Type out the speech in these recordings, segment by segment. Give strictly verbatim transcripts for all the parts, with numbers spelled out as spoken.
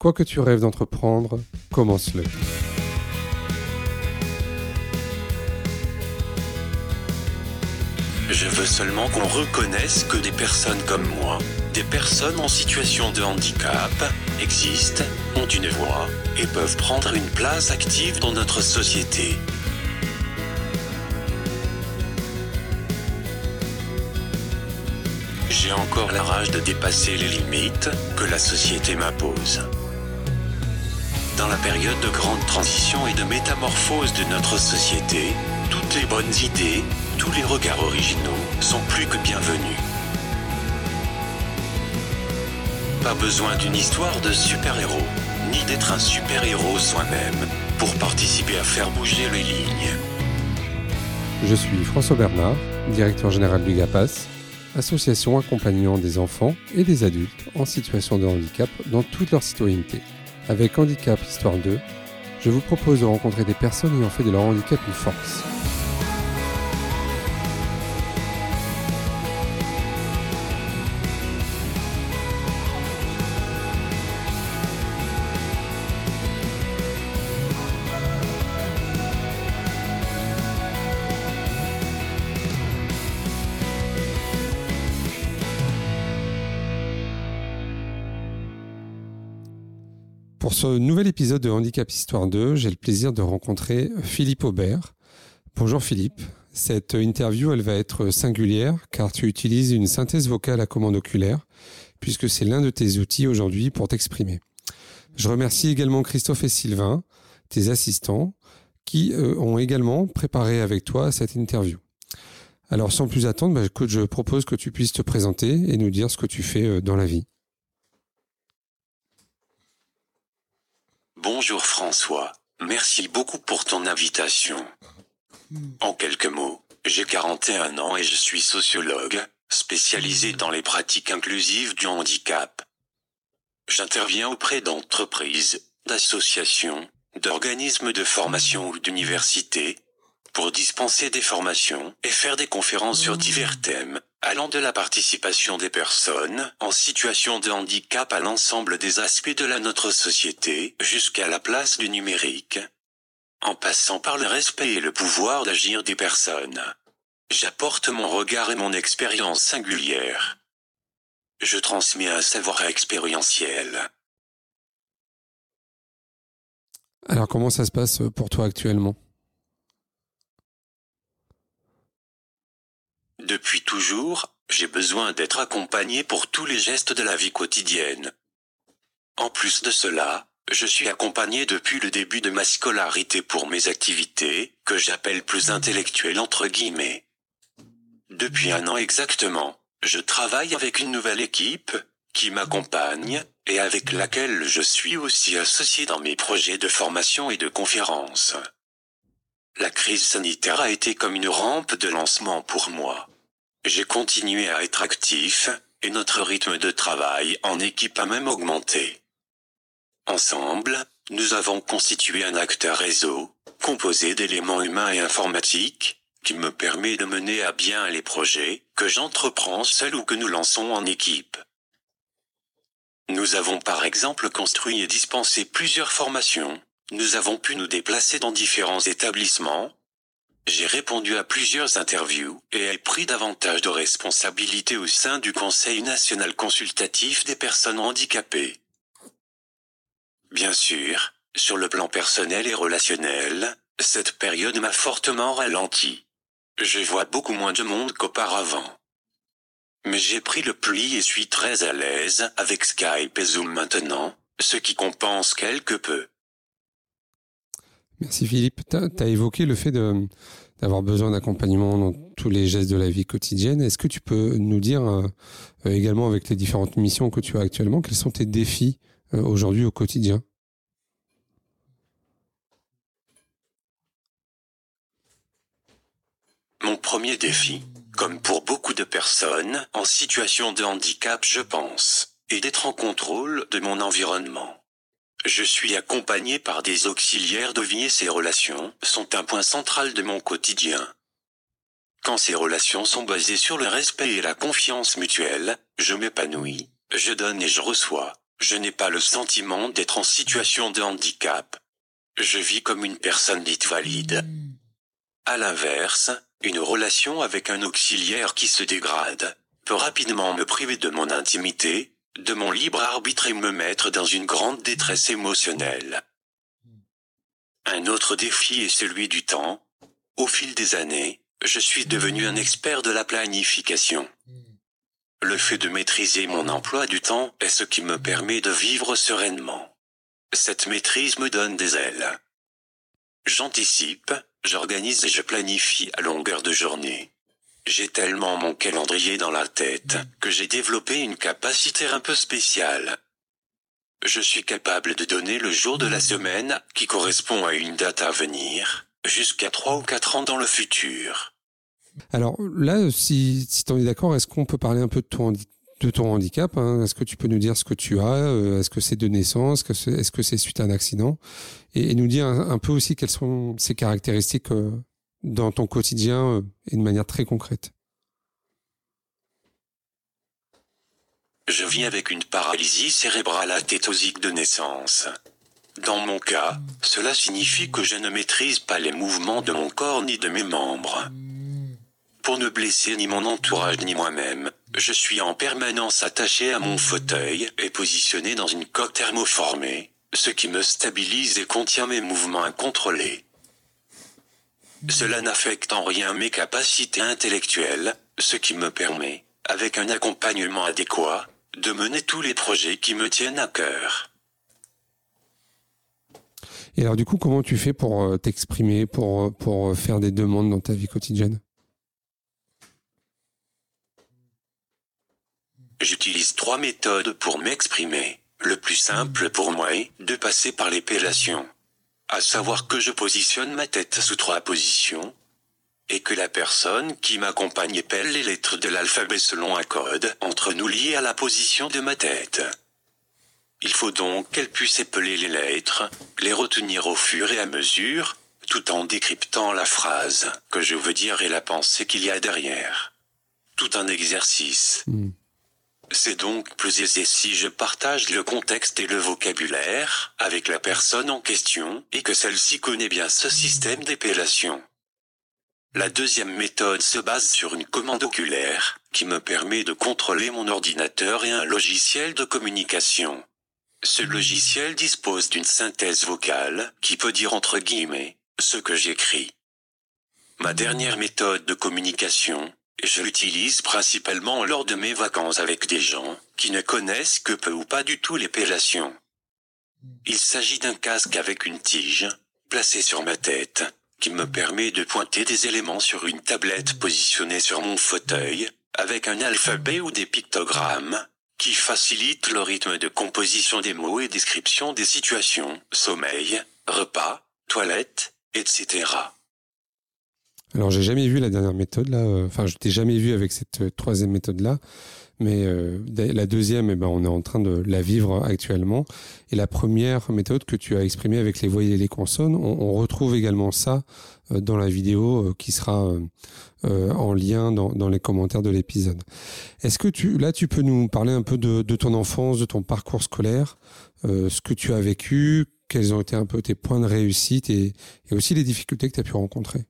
Quoi que tu rêves d'entreprendre, commence-le. Je veux seulement qu'on reconnaisse que des personnes comme moi, des personnes en situation de handicap, existent, ont une voix et peuvent prendre une place active dans notre société. J'ai encore la rage de dépasser les limites que la société m'impose. Dans la période de grande transition et de métamorphose de notre société, toutes les bonnes idées, tous les regards originaux sont plus que bienvenus. Pas besoin d'une histoire de super-héros, ni d'être un super-héros soi-même, pour participer à faire bouger les lignes. Je suis François Bernard, directeur général du GAPAS, association accompagnant des enfants et des adultes en situation de handicap dans toute leur citoyenneté. Avec Handicap Histoire deux, je vous propose de rencontrer des personnes ayant fait de leur handicap une force. Pour ce nouvel épisode de Handicap Histoire deux, j'ai le plaisir de rencontrer Philippe Aubert. Bonjour Philippe. Cette interview, elle va être singulière car tu utilises une synthèse vocale à commande oculaire puisque c'est l'un de tes outils aujourd'hui pour t'exprimer. Je remercie également Christophe et Sylvain, tes assistants, qui euh, ont également préparé avec toi cette interview. Alors sans plus attendre, bah, écoute, je propose que tu puisses te présenter et nous dire ce que tu fais euh, dans la vie. Bonjour François, merci beaucoup pour ton invitation. En quelques mots, j'ai quarante et un ans et je suis sociologue, spécialisé dans les pratiques inclusives du handicap. J'interviens auprès d'entreprises, d'associations, d'organismes de formation ou d'universités, pour dispenser des formations et faire des conférences sur divers thèmes, allant de la participation des personnes en situation de handicap à l'ensemble des aspects de la notre société, jusqu'à la place du numérique, en passant par le respect et le pouvoir d'agir des personnes. J'apporte mon regard et mon expérience singulière. Je transmets un savoir expérientiel. Alors comment ça se passe pour toi actuellement ? Depuis toujours, j'ai besoin d'être accompagné pour tous les gestes de la vie quotidienne. En plus de cela, je suis accompagné depuis le début de ma scolarité pour mes activités, que j'appelle plus intellectuelles entre guillemets. Depuis un an exactement, je travaille avec une nouvelle équipe, qui m'accompagne, et avec laquelle je suis aussi associé dans mes projets de formation et de conférences. La crise sanitaire a été comme une rampe de lancement pour moi. J'ai continué à être actif, et notre rythme de travail en équipe a même augmenté. Ensemble, nous avons constitué un acteur réseau, composé d'éléments humains et informatiques, qui me permet de mener à bien les projets que j'entreprends seul ou que nous lançons en équipe. Nous avons par exemple construit et dispensé plusieurs formations, nous avons pu nous déplacer dans différents établissements, j'ai répondu à plusieurs interviews et ai pris davantage de responsabilités au sein du Conseil national consultatif des personnes handicapées. Bien sûr, sur le plan personnel et relationnel, cette période m'a fortement ralenti. Je vois beaucoup moins de monde qu'auparavant. Mais j'ai pris le pli et suis très à l'aise avec Skype et Zoom maintenant, ce qui compense quelque peu. Merci Philippe. Tu as évoqué le fait de, d'avoir besoin d'accompagnement dans tous les gestes de la vie quotidienne. Est-ce que tu peux nous dire euh, également avec les différentes missions que tu as actuellement, quels sont tes défis euh, aujourd'hui au quotidien ? Mon premier défi, comme pour beaucoup de personnes en situation de handicap je pense, est d'être en contrôle de mon environnement. Je suis accompagné par des auxiliaires de vie et ces relations sont un point central de mon quotidien. Quand ces relations sont basées sur le respect et la confiance mutuelle, je m'épanouis, je donne et je reçois, Je n'ai pas le sentiment d'être en situation de handicap. Je vis comme une personne dite valide. À l'inverse, une relation avec un auxiliaire qui se dégrade peut rapidement me priver de mon intimité, de mon libre arbitre et me mettre dans une grande détresse émotionnelle. Un autre défi est celui du temps. Au fil des années, je suis devenu un expert de la planification. Le fait de maîtriser mon emploi du temps est ce qui me permet de vivre sereinement. Cette maîtrise me donne des ailes. J'anticipe, j'organise et je planifie à longueur de journée. J'ai tellement mon calendrier dans la tête que j'ai développé une capacité un peu spéciale. Je suis capable de donner le jour de la semaine qui correspond à une date à venir, jusqu'à trois ou quatre ans dans le futur. Alors là, si, si tu en es d'accord, est-ce qu'on peut parler un peu de ton, de ton handicap, hein? Est-ce que tu peux nous dire ce que tu as? Est-ce que c'est de naissance? Est-ce que c'est, est-ce que c'est suite à un accident? Et, et nous dire un, un peu aussi quelles sont ces caractéristiques euh, dans ton quotidien euh, et de manière très concrète. Je vis avec une paralysie cérébrale athétosique de naissance. Dans mon cas, cela signifie que je ne maîtrise pas les mouvements de mon corps ni de mes membres. Pour ne blesser ni mon entourage ni moi-même, je suis en permanence attaché à mon fauteuil et positionné dans une coque thermoformée, ce qui me stabilise et contient mes mouvements incontrôlés. Cela n'affecte en rien mes capacités intellectuelles, ce qui me permet, avec un accompagnement adéquat, de mener tous les projets qui me tiennent à cœur. Et alors du coup, comment tu fais pour t'exprimer, pour, pour faire des demandes dans ta vie quotidienne ? J'utilise trois méthodes pour m'exprimer. Le plus simple pour moi est de passer par l'épellation. À savoir que je positionne ma tête sous trois positions et que la personne qui m'accompagne épelle les lettres de l'alphabet selon un code entre nous lié à la position de ma tête. Il faut donc qu'elle puisse épeler les lettres, les retenir au fur et à mesure, tout en décryptant la phrase que je veux dire et la pensée qu'il y a derrière. Tout un exercice. Mmh. C'est donc plus aisé si je partage le contexte et le vocabulaire avec la personne en question et que celle-ci connaît bien ce système d'épellation. La deuxième méthode se base sur une commande oculaire qui me permet de contrôler mon ordinateur et un logiciel de communication. Ce logiciel dispose d'une synthèse vocale qui peut dire entre guillemets ce que j'écris. Ma dernière méthode de communication, je l'utilise principalement lors de mes vacances avec des gens qui ne connaissent que peu ou pas du tout l'épellation. Il s'agit d'un casque avec une tige, placée sur ma tête, qui me permet de pointer des éléments sur une tablette positionnée sur mon fauteuil, avec un alphabet ou des pictogrammes, qui facilitent le rythme de composition des mots et description des situations, sommeil, repas, toilette, et cetera. Alors, j'ai jamais vu la dernière méthode là. Enfin, je t'ai jamais vu avec cette euh, troisième méthode là. Mais euh, la deuxième, eh ben, on est en train de la vivre actuellement. Et la première méthode que tu as exprimée avec les voyelles et les consonnes, on, on retrouve également ça euh, dans la vidéo euh, qui sera euh, euh, en lien dans, dans les commentaires de l'épisode. Est-ce que tu, là, tu peux nous parler un peu de, de ton enfance, de ton parcours scolaire, euh, ce que tu as vécu, quels ont été un peu tes points de réussite et, et aussi les difficultés que tu as pu rencontrer?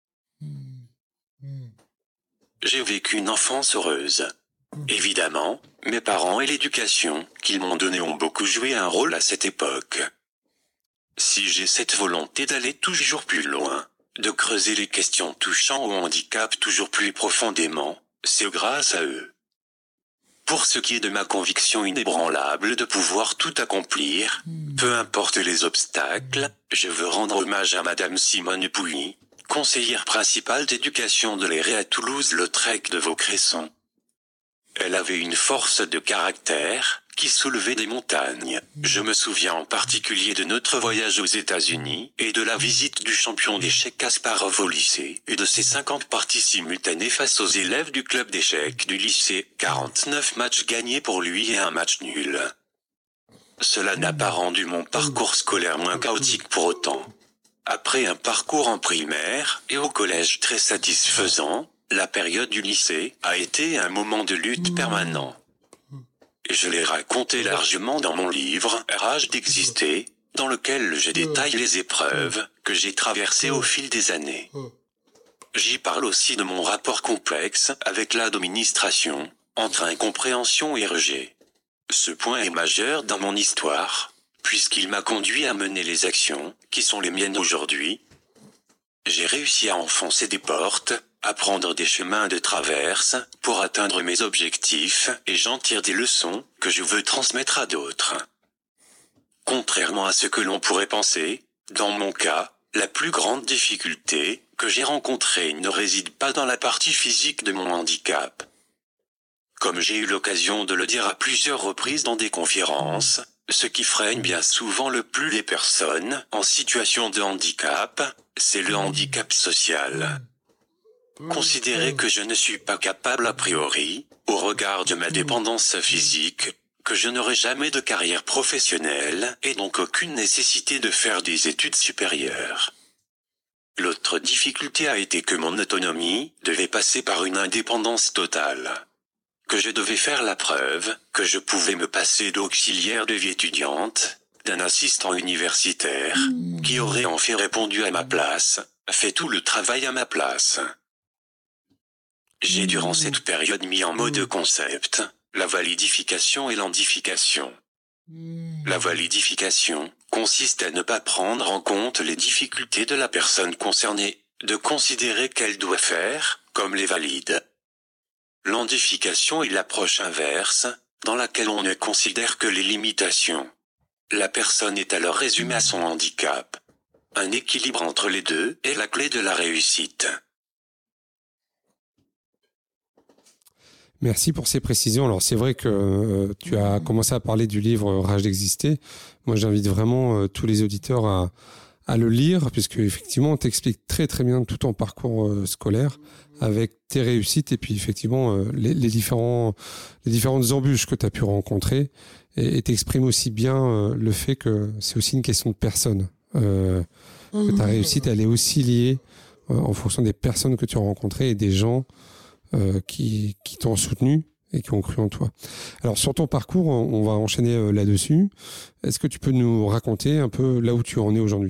J'ai vécu une enfance heureuse. Évidemment, mes parents et l'éducation qu'ils m'ont donnée ont beaucoup joué un rôle à cette époque. Si j'ai cette volonté d'aller toujours plus loin, de creuser les questions touchant au handicap toujours plus profondément, c'est grâce à eux. Pour ce qui est de ma conviction inébranlable de pouvoir tout accomplir, peu importe les obstacles, je veux rendre hommage à Madame Simone Pouilly, conseillère principale d'éducation de l'E R E à Toulouse-Lautrec de Vaucresson. Elle avait une force de caractère qui soulevait des montagnes. Je me souviens en particulier de notre voyage aux États-Unis et de la visite du champion d'échecs Kasparov au lycée et de ses cinquante parties simultanées face aux élèves du club d'échecs du lycée. quarante-neuf matchs gagnés pour lui et un match nul. Cela n'a pas rendu mon parcours scolaire moins chaotique pour autant. Après un parcours en primaire et au collège très satisfaisant, la période du lycée a été un moment de lutte permanent. Je l'ai raconté largement dans mon livre « Rage d'exister », dans lequel je détaille les épreuves que j'ai traversées au fil des années. J'y parle aussi de mon rapport complexe avec l'administration, entre incompréhension et rejet. Ce point est majeur dans mon histoire, puisqu'il m'a conduit à mener les actions qui sont les miennes aujourd'hui. J'ai réussi à enfoncer des portes, à prendre des chemins de traverse pour atteindre mes objectifs et j'en tire des leçons que je veux transmettre à d'autres. Contrairement à ce que l'on pourrait penser, dans mon cas, la plus grande difficulté que j'ai rencontrée ne réside pas dans la partie physique de mon handicap. Comme j'ai eu l'occasion de le dire à plusieurs reprises dans des conférences, ce qui freine bien souvent le plus les personnes en situation de handicap, c'est le handicap social. Considérer que je ne suis pas capable a priori, au regard de ma dépendance physique, que je n'aurai jamais de carrière professionnelle et donc aucune nécessité de faire des études supérieures. L'autre difficulté a été que mon autonomie devait passer par une indépendance totale. Que je devais faire la preuve que je pouvais me passer d'auxiliaire de vie étudiante, d'un assistant universitaire, qui aurait en fait répondu à ma place, fait tout le travail à ma place. J'ai durant cette période mis en mode concept, la validification et l'andification. La validification consiste à ne pas prendre en compte les difficultés de la personne concernée, de considérer qu'elle doit faire, comme les valides. L'andification est l'approche inverse, dans laquelle on ne considère que les limitations. La personne est alors résumée à son handicap. Un équilibre entre les deux est la clé de la réussite. Merci pour ces précisions. Alors c'est vrai que euh, tu as commencé à parler du livre Rage d'exister. Moi j'invite vraiment euh, tous les auditeurs à, à le lire, puisque effectivement on t'explique très très bien tout ton parcours euh, scolaire, avec tes réussites et puis effectivement euh, les, les, différents, les différentes embûches que tu as pu rencontrer, et t'exprimes aussi bien euh, le fait que c'est aussi une question de personne. Euh, que ta réussite elle est aussi liée euh, en fonction des personnes que tu as rencontrées et des gens Euh, qui, qui t'ont soutenu et qui ont cru en toi. Alors sur ton parcours, on va enchaîner euh, là-dessus. Est-ce que tu peux nous raconter un peu là où tu en es aujourd'hui ?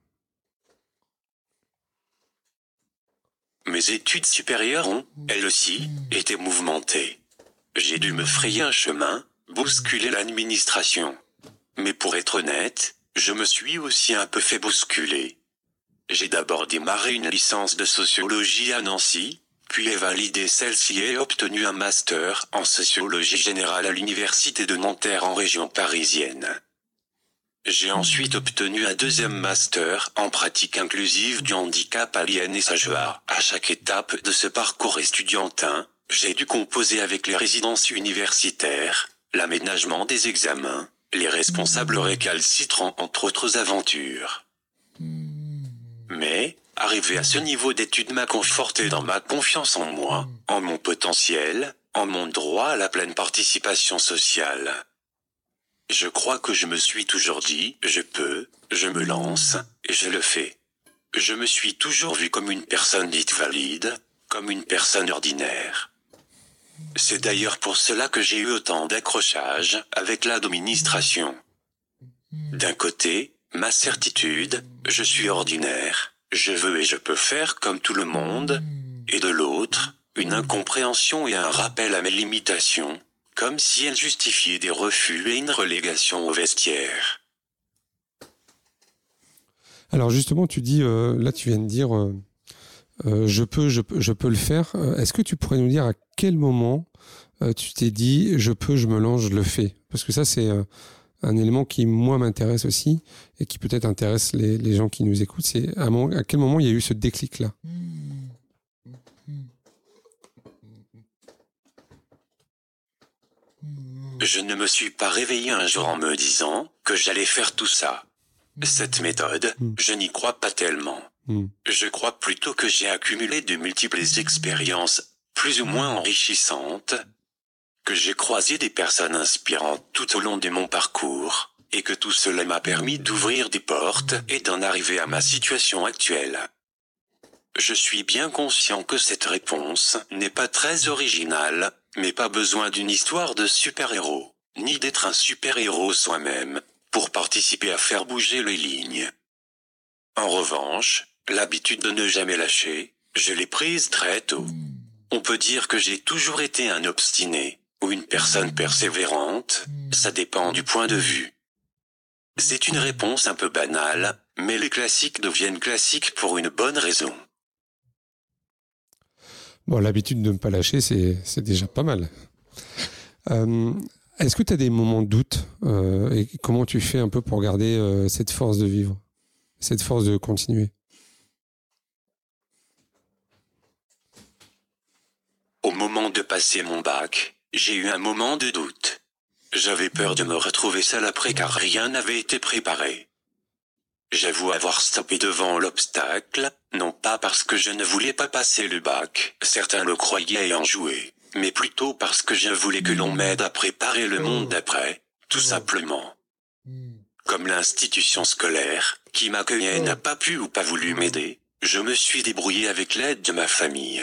Mes études supérieures ont, elles aussi, été mouvementées. J'ai dû me frayer un chemin, bousculer l'administration. Mais pour être honnête, je me suis aussi un peu fait bousculer. J'ai d'abord démarré une licence de sociologie à Nancy, puis ai validé celle-ci et obtenu un master en sociologie générale à l'université de Nanterre en région parisienne. J'ai ensuite obtenu un deuxième master en pratique inclusive du handicap à l'I N S H E A. À chaque étape de ce parcours estudiantin, j'ai dû composer avec les résidences universitaires, l'aménagement des examens, les responsables récalcitrants entre autres aventures. Mais, arriver à ce niveau d'études m'a conforté dans ma confiance en moi, en mon potentiel, en mon droit à la pleine participation sociale. Je crois que je me suis toujours dit, je peux, je me lance, et je le fais. Je me suis toujours vu comme une personne dite valide, comme une personne ordinaire. C'est d'ailleurs pour cela que j'ai eu autant d'accrochages avec l'administration. D'un côté, ma certitude, je suis ordinaire, je veux et je peux faire comme tout le monde, et de l'autre, une incompréhension et un rappel à mes limitations, comme si elles justifiaient des refus et une relégation au vestiaire. Alors justement, tu dis, euh, là tu viens de dire, euh, euh, je peux, je peux, je peux le faire. Euh, est-ce que tu pourrais nous dire à quel moment euh, tu t'es dit, je peux, je me lance, je le fais ? Parce que ça, c'est euh, un élément qui, moi, m'intéresse aussi et qui peut-être intéresse les, les gens qui nous écoutent. C'est à, mon, à quel moment il y a eu ce déclic-là ? Je ne me suis pas réveillé un jour en me disant que j'allais faire tout ça. Cette méthode, mmh. je n'y crois pas tellement. Mmh. Je crois plutôt que j'ai accumulé de multiples expériences, plus ou moins enrichissantes, que j'ai croisé des personnes inspirantes tout au long de mon parcours, et que tout cela m'a permis d'ouvrir des portes et d'en arriver à ma situation actuelle. Je suis bien conscient que cette réponse n'est pas très originale, mais pas besoin d'une histoire de super-héros. ni d'être un super-héros soi-même, pour participer à faire bouger les lignes. En revanche, l'habitude de ne jamais lâcher, je l'ai prise très tôt. On peut dire que j'ai toujours été un obstiné, ou une personne persévérante, ça dépend du point de vue. C'est une réponse un peu banale, mais les classiques deviennent classiques pour une bonne raison. Bon, l'habitude de ne pas lâcher, c'est, c'est déjà pas mal. Euh, est-ce que tu as des moments de doute euh, et comment tu fais un peu pour garder euh, cette force de vivre, cette force de continuer? Au moment de passer mon bac, j'ai eu un moment de doute. J'avais peur de me retrouver seul après car rien n'avait été préparé. J'avoue avoir stoppé devant l'obstacle, non pas parce que je ne voulais pas passer le bac, certains le croyaient et en jouaient, mais plutôt parce que je voulais que l'on m'aide à préparer le monde d'après, tout simplement. Comme l'institution scolaire, qui m'accueillait, n'a pas pu ou pas voulu m'aider, je me suis débrouillé avec l'aide de ma famille.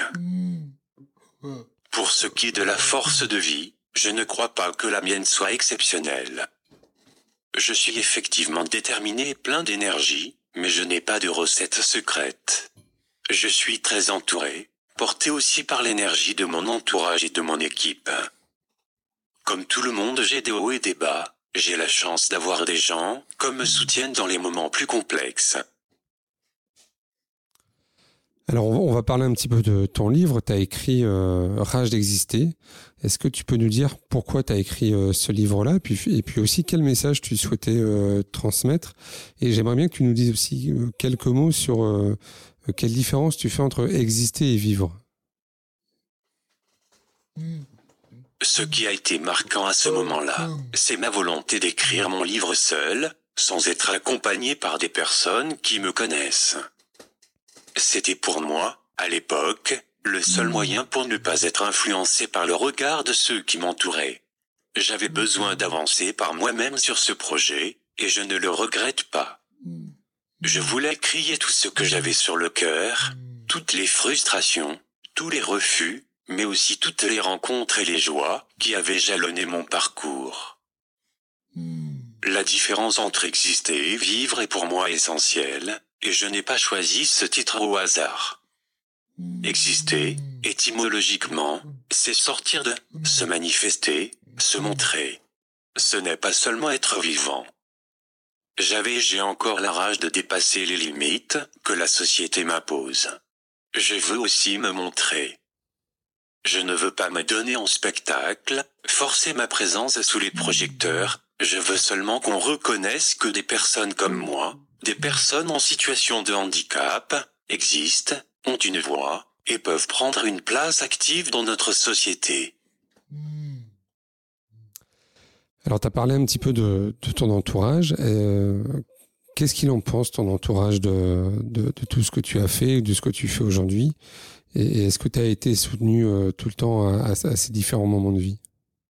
Pour ce qui est de la force de vie, je ne crois pas que la mienne soit exceptionnelle. Je suis effectivement déterminé et plein d'énergie, mais je n'ai pas de recette secrète. Je suis très entouré, porté aussi par l'énergie de mon entourage et de mon équipe. Comme tout le monde, j'ai des hauts et des bas, j'ai la chance d'avoir des gens qui me soutiennent dans les moments plus complexes. Alors, on va parler un petit peu de ton livre. Tu as écrit euh, « Rage d'exister ». Est-ce que tu peux nous dire pourquoi tu as écrit euh, ce livre-là et puis, et puis aussi quel message tu souhaitais euh, transmettre? Et j'aimerais bien que tu nous dises aussi euh, quelques mots sur euh, quelle différence tu fais entre exister et vivre. Ce qui a été marquant à ce moment-là, c'est ma volonté d'écrire mon livre seul, sans être accompagné par des personnes qui me connaissent. C'était pour moi, à l'époque, le seul moyen pour ne pas être influencé par le regard de ceux qui m'entouraient. J'avais besoin d'avancer par moi-même sur ce projet, et je ne le regrette pas. Je voulais crier tout ce que j'avais sur le cœur, toutes les frustrations, tous les refus, mais aussi toutes les rencontres et les joies qui avaient jalonné mon parcours. La différence entre exister et vivre est pour moi essentielle, et je n'ai pas choisi ce titre au hasard. Exister, étymologiquement, c'est sortir de, se manifester, se montrer. Ce n'est pas seulement être vivant. J'avais et j'ai encore la rage de dépasser les limites que la société m'impose. Je veux aussi me montrer. Je ne veux pas me donner en spectacle, forcer ma présence sous les projecteurs, je veux seulement qu'on reconnaisse que des personnes comme moi, des personnes en situation de handicap, existent, ont une voix, et peuvent prendre une place active dans notre société. Alors, tu as parlé un petit peu de, de ton entourage. Euh, qu'est-ce qu'il en pense, ton entourage, de, de, de tout ce que tu as fait, de ce que tu fais aujourd'hui? Et, et est-ce que tu as été soutenu euh, tout le temps à, à, à ces différents moments de vie?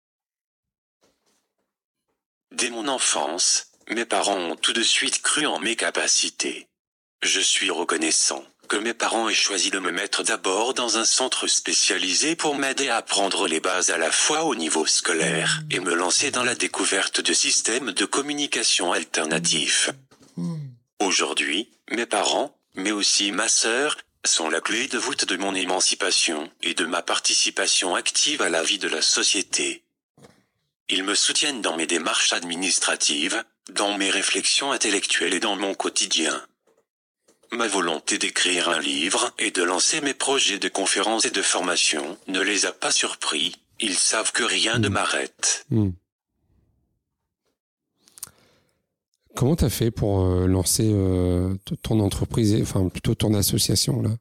Dès mon enfance, mes parents ont tout de suite cru en mes capacités. Je suis reconnaissant que mes parents aient choisi de me mettre d'abord dans un centre spécialisé pour m'aider à apprendre les bases à la fois au niveau scolaire et me lancer dans la découverte de systèmes de communication alternatifs. Aujourd'hui, mes parents, mais aussi ma sœur, sont la clé de voûte de mon émancipation et de ma participation active à la vie de la société. Ils me soutiennent dans mes démarches administratives, dans mes réflexions intellectuelles et dans mon quotidien. Ma volonté d'écrire un livre et de lancer mes projets de conférences et de formation ne les a pas surpris, ils savent que rien mmh. ne m'arrête. Mmh. Comment tu as fait pour euh, lancer euh, ton entreprise, enfin plutôt ton association là?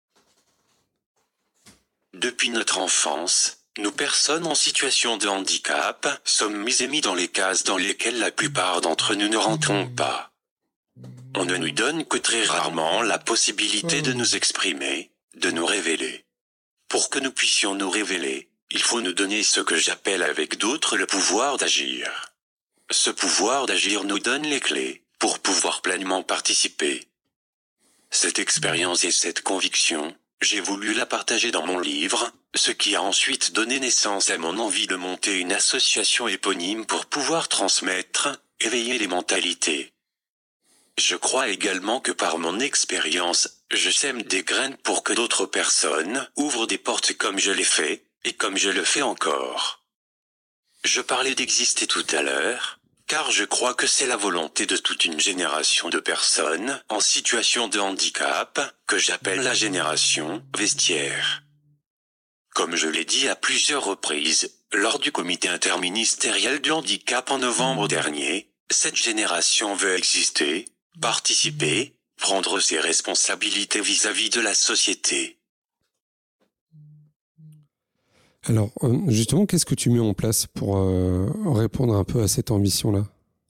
Depuis notre enfance, nous personnes en situation de handicap sommes mises et mis dans les cases dans lesquelles la plupart d'entre nous ne rentrons pas. On ne nous donne que très rarement la possibilité de nous exprimer, de nous révéler. Pour que nous puissions nous révéler, il faut nous donner ce que j'appelle avec d'autres le pouvoir d'agir. Ce pouvoir d'agir nous donne les clés pour pouvoir pleinement participer. Cette expérience et cette conviction, j'ai voulu la partager dans mon livre, ce qui a ensuite donné naissance à mon envie de monter une association éponyme pour pouvoir transmettre, éveiller les mentalités. Je crois également que par mon expérience, je sème des graines pour que d'autres personnes ouvrent des portes comme je l'ai fait, et comme je le fais encore. Je parlais d'exister tout à l'heure, car je crois que c'est la volonté de toute une génération de personnes en situation de handicap, que j'appelle la génération vestiaire. Comme je l'ai dit à plusieurs reprises, lors du comité interministériel du handicap en novembre dernier, cette génération veut exister, participer, prendre ses responsabilités vis-à-vis de la société. Alors, justement, qu'est-ce que tu mets en place pour euh, répondre un peu à cette ambition-là ?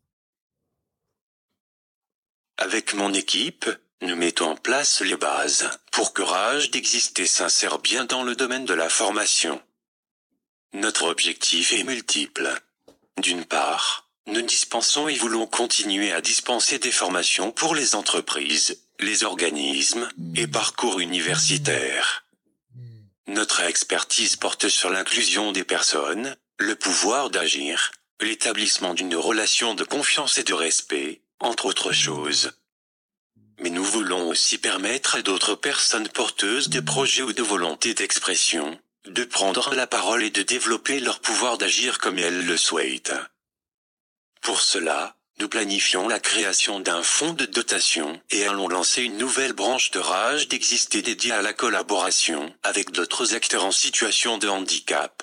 Avec mon équipe, nous mettons en place les bases pour que Rage d'exister s'insère bien dans le domaine de la formation. Notre objectif est multiple. D'une part, nous dispensons et voulons continuer à dispenser des formations pour les entreprises, les organismes et parcours universitaires. Notre expertise porte sur l'inclusion des personnes, le pouvoir d'agir, l'établissement d'une relation de confiance et de respect, entre autres choses. Mais nous voulons aussi permettre à d'autres personnes porteuses de projets ou de volonté d'expression, de prendre la parole et de développer leur pouvoir d'agir comme elles le souhaitent. Pour cela, nous planifions la création d'un fonds de dotation et allons lancer une nouvelle branche de Rage d'exister dédiée à la collaboration avec d'autres acteurs en situation de handicap.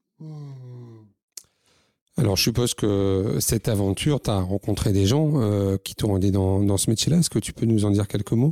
Alors, je suppose que cette aventure, tu as rencontré des gens euh, qui t'ont aidé dans, dans ce métier-là. Est-ce que tu peux nous en dire quelques mots ?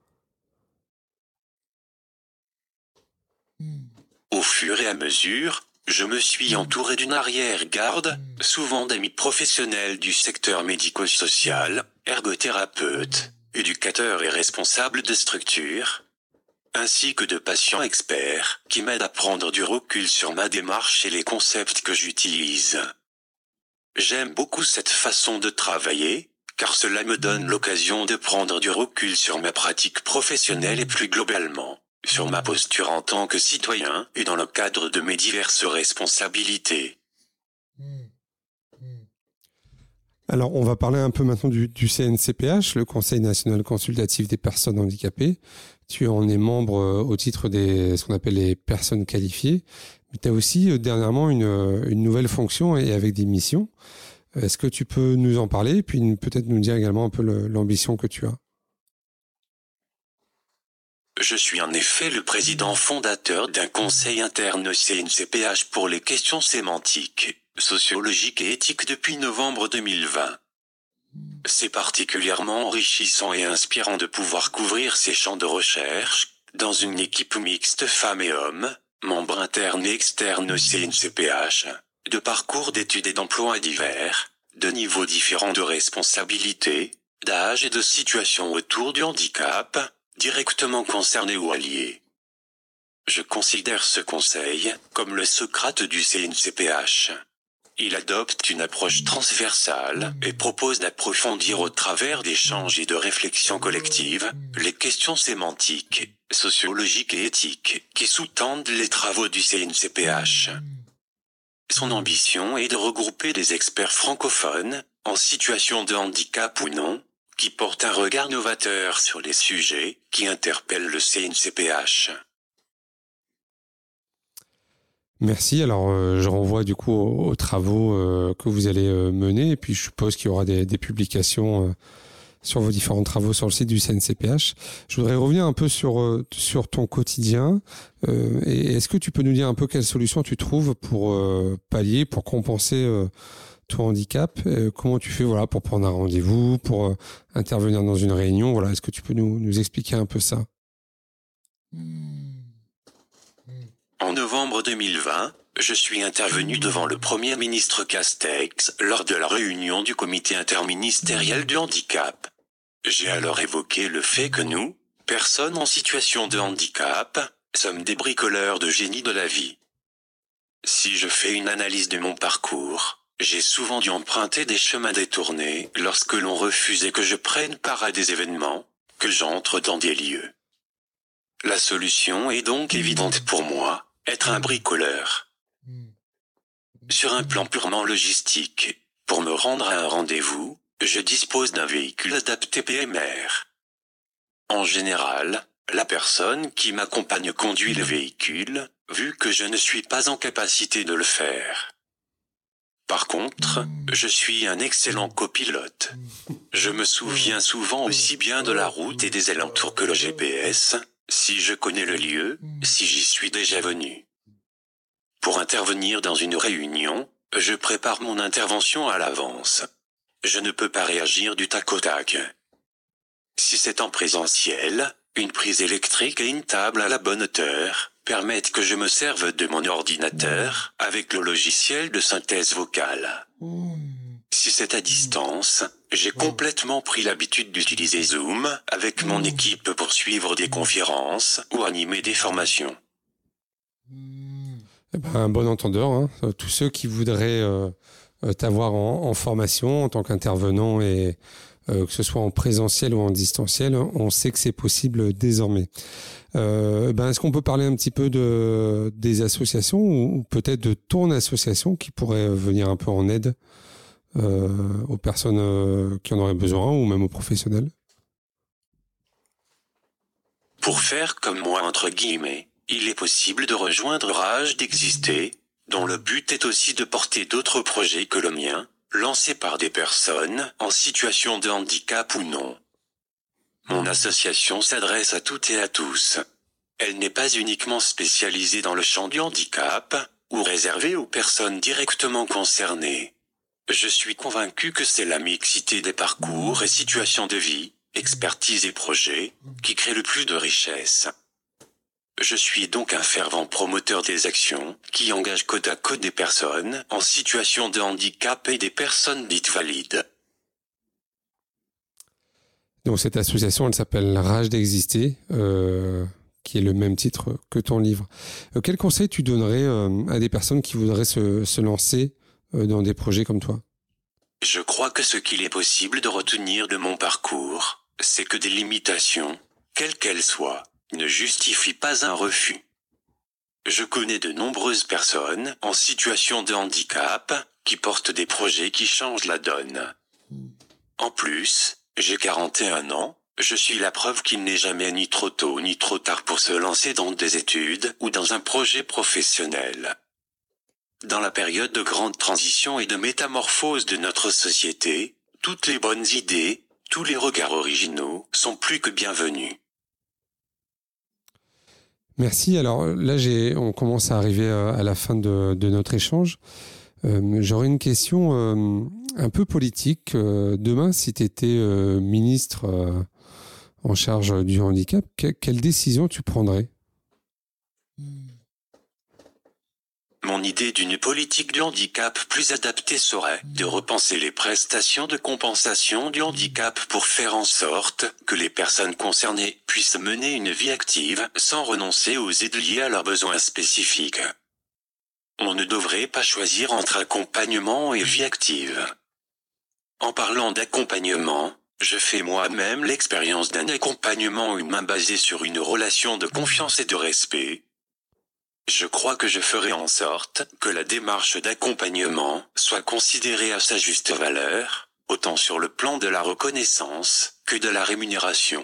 Au fur et à mesure, je me suis entouré d'une arrière-garde, souvent d'amis professionnels du secteur médico-social, ergothérapeutes, éducateurs et responsables de structures, ainsi que de patients experts qui m'aident à prendre du recul sur ma démarche et les concepts que j'utilise. J'aime beaucoup cette façon de travailler, car cela me donne l'occasion de prendre du recul sur ma pratique professionnelle et plus globalement, sur ma posture en tant que citoyen et dans le cadre de mes diverses responsabilités. Alors, on va parler un peu maintenant du, du C N C P H, le Conseil national consultatif des personnes handicapées. Tu en es membre au titre des ce qu'on appelle les personnes qualifiées. Mais tu as aussi dernièrement une, une nouvelle fonction et avec des missions. Est-ce que tu peux nous en parler et puis peut-être nous dire également un peu le, l'ambition que tu as ? Je suis en effet le président fondateur d'un conseil interne au C N C P H pour les questions sémantiques, sociologiques et éthiques depuis novembre deux mille vingt. C'est particulièrement enrichissant et inspirant de pouvoir couvrir ces champs de recherche, dans une équipe mixte femmes et hommes, membres internes et externes au C N C P H, de parcours d'études et d'emploi divers, de niveaux différents de responsabilité, d'âge et de situation autour du handicap, directement concernés ou alliés. Je considère ce conseil comme le Socrate du C N C P H. Il adopte une approche transversale et propose d'approfondir au travers d'échanges et de réflexions collectives les questions sémantiques, sociologiques et éthiques qui sous-tendent les travaux du C N C P H. Son ambition est de regrouper des experts francophones, en situation de handicap ou non, qui portent un regard novateur sur les sujets qui interpellent le C N C P H. Merci. Alors, euh, je renvoie du coup aux, aux travaux euh, que vous allez euh, mener et puis je suppose qu'il y aura des, des publications euh, sur vos différents travaux sur le site du C N C P H. Je voudrais revenir un peu sur, euh, sur ton quotidien. Euh, et est-ce que tu peux nous dire un peu quelles solutions tu trouves pour euh, pallier, pour compenser euh, ton handicap ? euh, Comment tu fais voilà, pour prendre un rendez-vous, pour euh, intervenir dans une réunion ? Voilà, est-ce que tu peux nous, nous expliquer un peu ça ? En novembre deux mille vingt, je suis intervenu devant le Premier ministre Castex lors de la réunion du comité interministériel du handicap. J'ai alors évoqué le fait que nous, personnes en situation de handicap, sommes des bricoleurs de génie de la vie. Si je fais une analyse de mon parcours, j'ai souvent dû emprunter des chemins détournés lorsque l'on refusait que je prenne part à des événements, que j'entre dans des lieux. La solution est donc évidente pour moi. être un bricoleur. Sur un plan purement logistique, pour me rendre à un rendez-vous, je dispose d'un véhicule adapté P M R. En général, la personne qui m'accompagne conduit le véhicule, vu que je ne suis pas en capacité de le faire. Par contre, je suis un excellent copilote. Je me souviens souvent aussi bien de la route et des alentours que le G P S, si je connais le lieu, si j'y suis déjà venu. Pour intervenir dans une réunion, je prépare mon intervention à l'avance. Je ne peux pas réagir du tac au tac. Si c'est en présentiel, une prise électrique et une table à la bonne hauteur permettent que je me serve de mon ordinateur avec le logiciel de synthèse vocale. Si c'est à distance, j'ai complètement pris l'habitude d'utiliser Zoom avec mon équipe pour suivre des conférences ou animer des formations. Eh ben, un bon entendeur, hein. Tous ceux qui voudraient euh, t'avoir en, en formation en tant qu'intervenant et euh, que ce soit en présentiel ou en distanciel, on sait que c'est possible désormais. Euh, ben, est-ce qu'on peut parler un petit peu de, des associations ou peut-être de ton association qui pourrait venir un peu en aide euh, aux personnes euh, qui en auraient besoin ou même aux professionnels? Pour faire comme moi entre guillemets, il est possible de rejoindre Rage d'exister, dont le but est aussi de porter d'autres projets que le mien, lancés par des personnes en situation de handicap ou non. Mon association s'adresse à toutes et à tous. Elle n'est pas uniquement spécialisée dans le champ du handicap, ou réservée aux personnes directement concernées. Je suis convaincu que c'est la mixité des parcours et situations de vie, expertise et projets, qui crée le plus de richesse. Je suis donc un fervent promoteur des actions qui engagent côte à côte des personnes en situation de handicap et des personnes dites valides. Donc cette association, elle s'appelle Rage d'exister, euh, qui est le même titre que ton livre. Euh, quel conseil tu donnerais euh, à des personnes qui voudraient se, se lancer euh, dans des projets comme toi? Je crois que ce qu'il est possible de retenir de mon parcours, c'est que des limitations, quelles qu'elles soient, ne justifient pas un refus. Je connais de nombreuses personnes en situation de handicap qui portent des projets qui changent la donne. En plus, j'ai quarante et un ans, je suis la preuve qu'il n'est jamais ni trop tôt ni trop tard pour se lancer dans des études ou dans un projet professionnel. Dans la période de grande transition et de métamorphose de notre société, toutes les bonnes idées, tous les regards originaux sont plus que bienvenus. Merci. Alors là, j'ai, on commence à arriver à la fin de, de notre échange. Euh, j'aurais une question euh, un peu politique. Euh, demain, si tu étais euh, ministre euh, en charge du handicap, que, quelle décision tu prendrais? Mon idée d'une politique du handicap plus adaptée serait de repenser les prestations de compensation du handicap pour faire en sorte que les personnes concernées puissent mener une vie active sans renoncer aux aides liées à leurs besoins spécifiques. On ne devrait pas choisir entre accompagnement et vie active. En parlant d'accompagnement, je fais moi-même l'expérience d'un accompagnement humain basé sur une relation de confiance et de respect. Je crois que je ferai en sorte que la démarche d'accompagnement soit considérée à sa juste valeur, autant sur le plan de la reconnaissance que de la rémunération.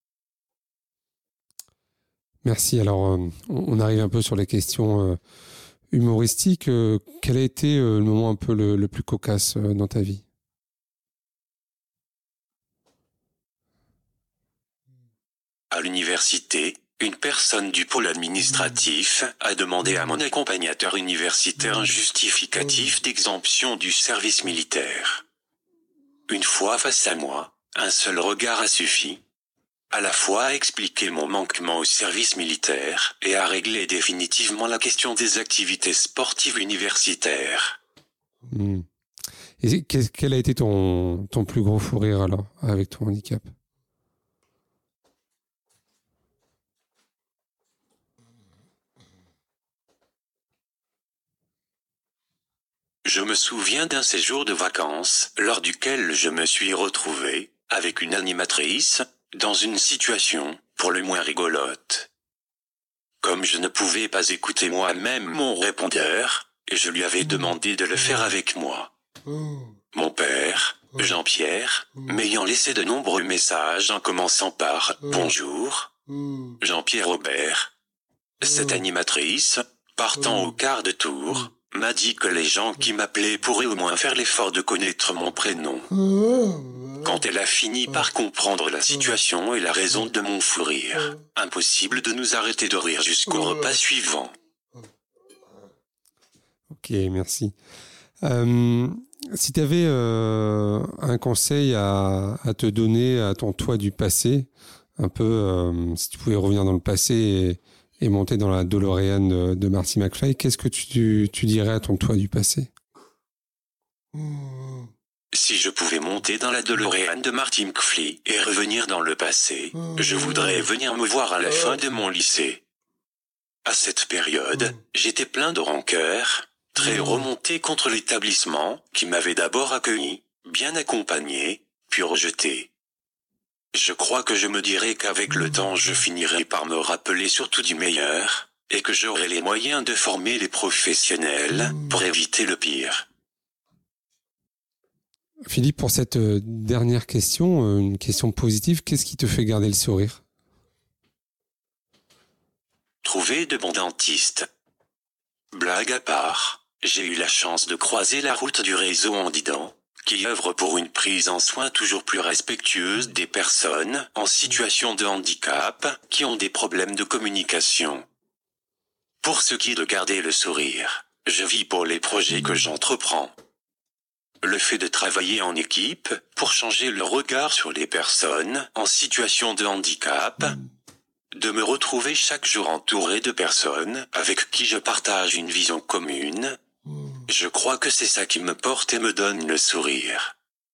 Merci. Alors, euh, on arrive un peu sur les questions euh, humoristiques. Euh, quel a été euh, le moment un peu le, le plus cocasse euh, dans ta vie? À l'université, une personne du pôle administratif a demandé à mon accompagnateur universitaire un justificatif d'exemption du service militaire. Une fois face à moi, un seul regard a suffi. À la fois à expliquer mon manquement au service militaire et à régler définitivement la question des activités sportives universitaires. Mmh. Et quel a été ton, ton plus gros fou rire alors, avec ton handicap? Je me souviens d'un séjour de vacances, lors duquel je me suis retrouvé, avec une animatrice, dans une situation, pour le moins rigolote. Comme je ne pouvais pas écouter moi-même mon répondeur, je lui avais demandé de le faire avec moi. Mon père, Jean-Pierre, m'ayant laissé de nombreux messages en commençant par « Bonjour, Jean-Pierre Aubert ». Cette animatrice, partant au quart de tour, m'a dit que les gens qui m'appelaient pourraient au moins faire l'effort de connaître mon prénom. Quand elle a fini par comprendre la situation et la raison de mon fou rire, impossible de nous arrêter de rire jusqu'au repas suivant. Ok, merci. Euh, si tu avais euh, un conseil à, à te donner à ton toi du passé, un peu, euh, si tu pouvais revenir dans le passé et, et monter dans la DeLorean de, de Marty McFly, qu'est-ce que tu, tu dirais à ton toi du passé ? Si je pouvais monter dans la DeLorean de Marty McFly et revenir dans le passé, je voudrais venir me voir à la fin de mon lycée. À cette période, j'étais plein de rancœur, très remonté contre l'établissement qui m'avait d'abord accueilli, bien accompagné, puis rejeté. Je crois que je me dirais qu'avec le temps je finirai par me rappeler surtout du meilleur, et que j'aurai les moyens de former les professionnels pour éviter le pire. Philippe, pour cette dernière question, une question positive, qu'est-ce qui te fait garder le sourire ? Trouver de bons dentistes. Blague à part, j'ai eu la chance de croiser la route du réseau Handident, qui œuvre pour une prise en soin toujours plus respectueuse des personnes en situation de handicap qui ont des problèmes de communication. Pour ce qui est de garder le sourire, je vis pour les projets que j'entreprends. Le fait de travailler en équipe pour changer le regard sur les personnes en situation de handicap, de me retrouver chaque jour entouré de personnes avec qui je partage une vision commune, je crois que c'est ça qui me porte et me donne le sourire.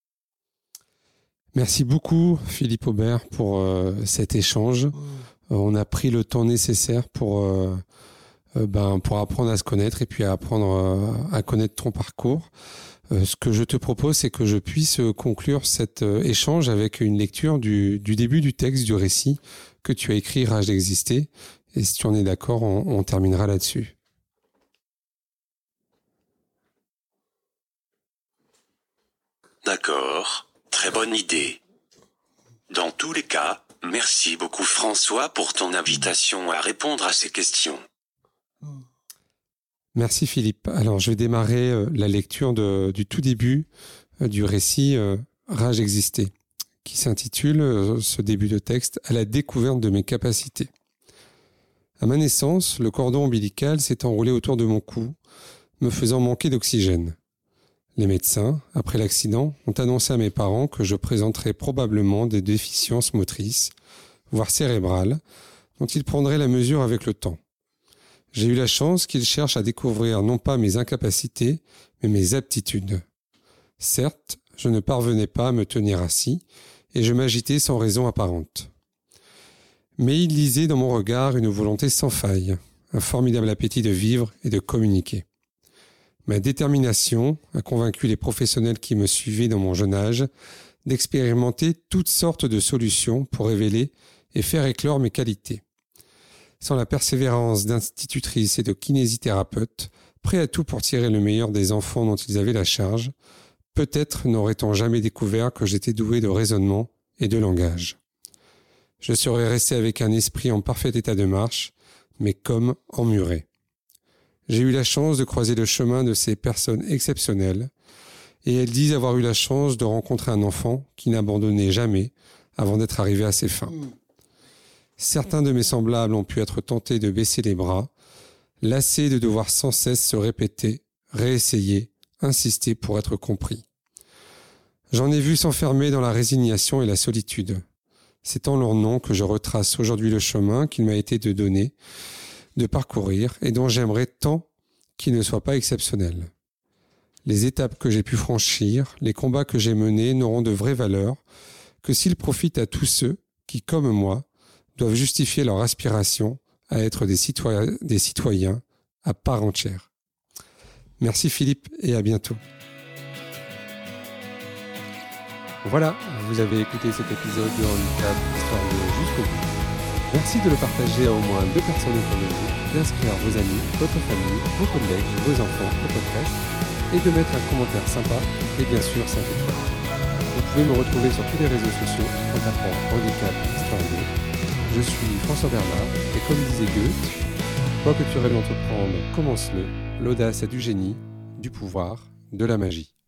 Merci beaucoup Philippe Aubert pour euh, cet échange. Euh, on a pris le temps nécessaire pour, euh, euh, ben, pour apprendre à se connaître et puis à apprendre euh, à connaître ton parcours. Euh, ce que je te propose, c'est que je puisse conclure cet euh, échange avec une lecture du, du début du texte, du récit que tu as écrit, Rage d'exister. Et si tu en es d'accord, on, on terminera là-dessus. D'accord, très bonne idée. Dans tous les cas, merci beaucoup François pour ton invitation à répondre à ces questions. Merci Philippe. Alors je vais démarrer euh, la lecture de, du tout début euh, du récit euh, Rage d'exister, qui s'intitule, euh, ce début de texte, « À la découverte de mes capacités ». À ma naissance, le cordon ombilical s'est enroulé autour de mon cou, me faisant manquer d'oxygène. Les médecins, après l'accident, ont annoncé à mes parents que je présenterais probablement des déficiences motrices, voire cérébrales, dont ils prendraient la mesure avec le temps. J'ai eu la chance qu'ils cherchent à découvrir non pas mes incapacités, mais mes aptitudes. Certes, je ne parvenais pas à me tenir assis, et je m'agitais sans raison apparente. Mais ils lisaient dans mon regard une volonté sans faille, un formidable appétit de vivre et de communiquer. Ma détermination a convaincu les professionnels qui me suivaient dans mon jeune âge d'expérimenter toutes sortes de solutions pour révéler et faire éclore mes qualités. Sans la persévérance d'institutrices et de kinésithérapeutes, prêts à tout pour tirer le meilleur des enfants dont ils avaient la charge, peut-être n'aurait-on jamais découvert que j'étais doué de raisonnement et de langage. Je serais resté avec un esprit en parfait état de marche, mais comme emmuré. J'ai eu la chance de croiser le chemin de ces personnes exceptionnelles, et elles disent avoir eu la chance de rencontrer un enfant qui n'abandonnait jamais avant d'être arrivé à ses fins. Certains de mes semblables ont pu être tentés de baisser les bras, lassés de devoir sans cesse se répéter, réessayer, insister pour être compris. J'en ai vu s'enfermer dans la résignation et la solitude. C'est en leur nom que je retrace aujourd'hui le chemin qu'il m'a été de donner, de parcourir, et dont j'aimerais tant qu'il ne soit pas exceptionnel. Les étapes que j'ai pu franchir, les combats que j'ai menés n'auront de vraie valeur que s'ils profitent à tous ceux qui, comme moi, doivent justifier leur aspiration à être des citoyens, des citoyens à part entière. Merci Philippe et à bientôt. Voilà, vous avez écouté cet épisode de Handicap Histoire de jusqu'au bout. Merci de le partager à au moins deux personnes autour de vous, d'inscrire vos amis, votre famille, vos collègues, vos enfants au podcast et de mettre un commentaire sympa et bien sûr cinq étoiles. Vous pouvez me retrouver sur tous les réseaux sociaux en tapant Handicap Histoire deux. Je suis François Bernard et comme disait Goethe, quoi que tu rêves d'entreprendre, commence-le. L'audace est du génie, du pouvoir, de la magie.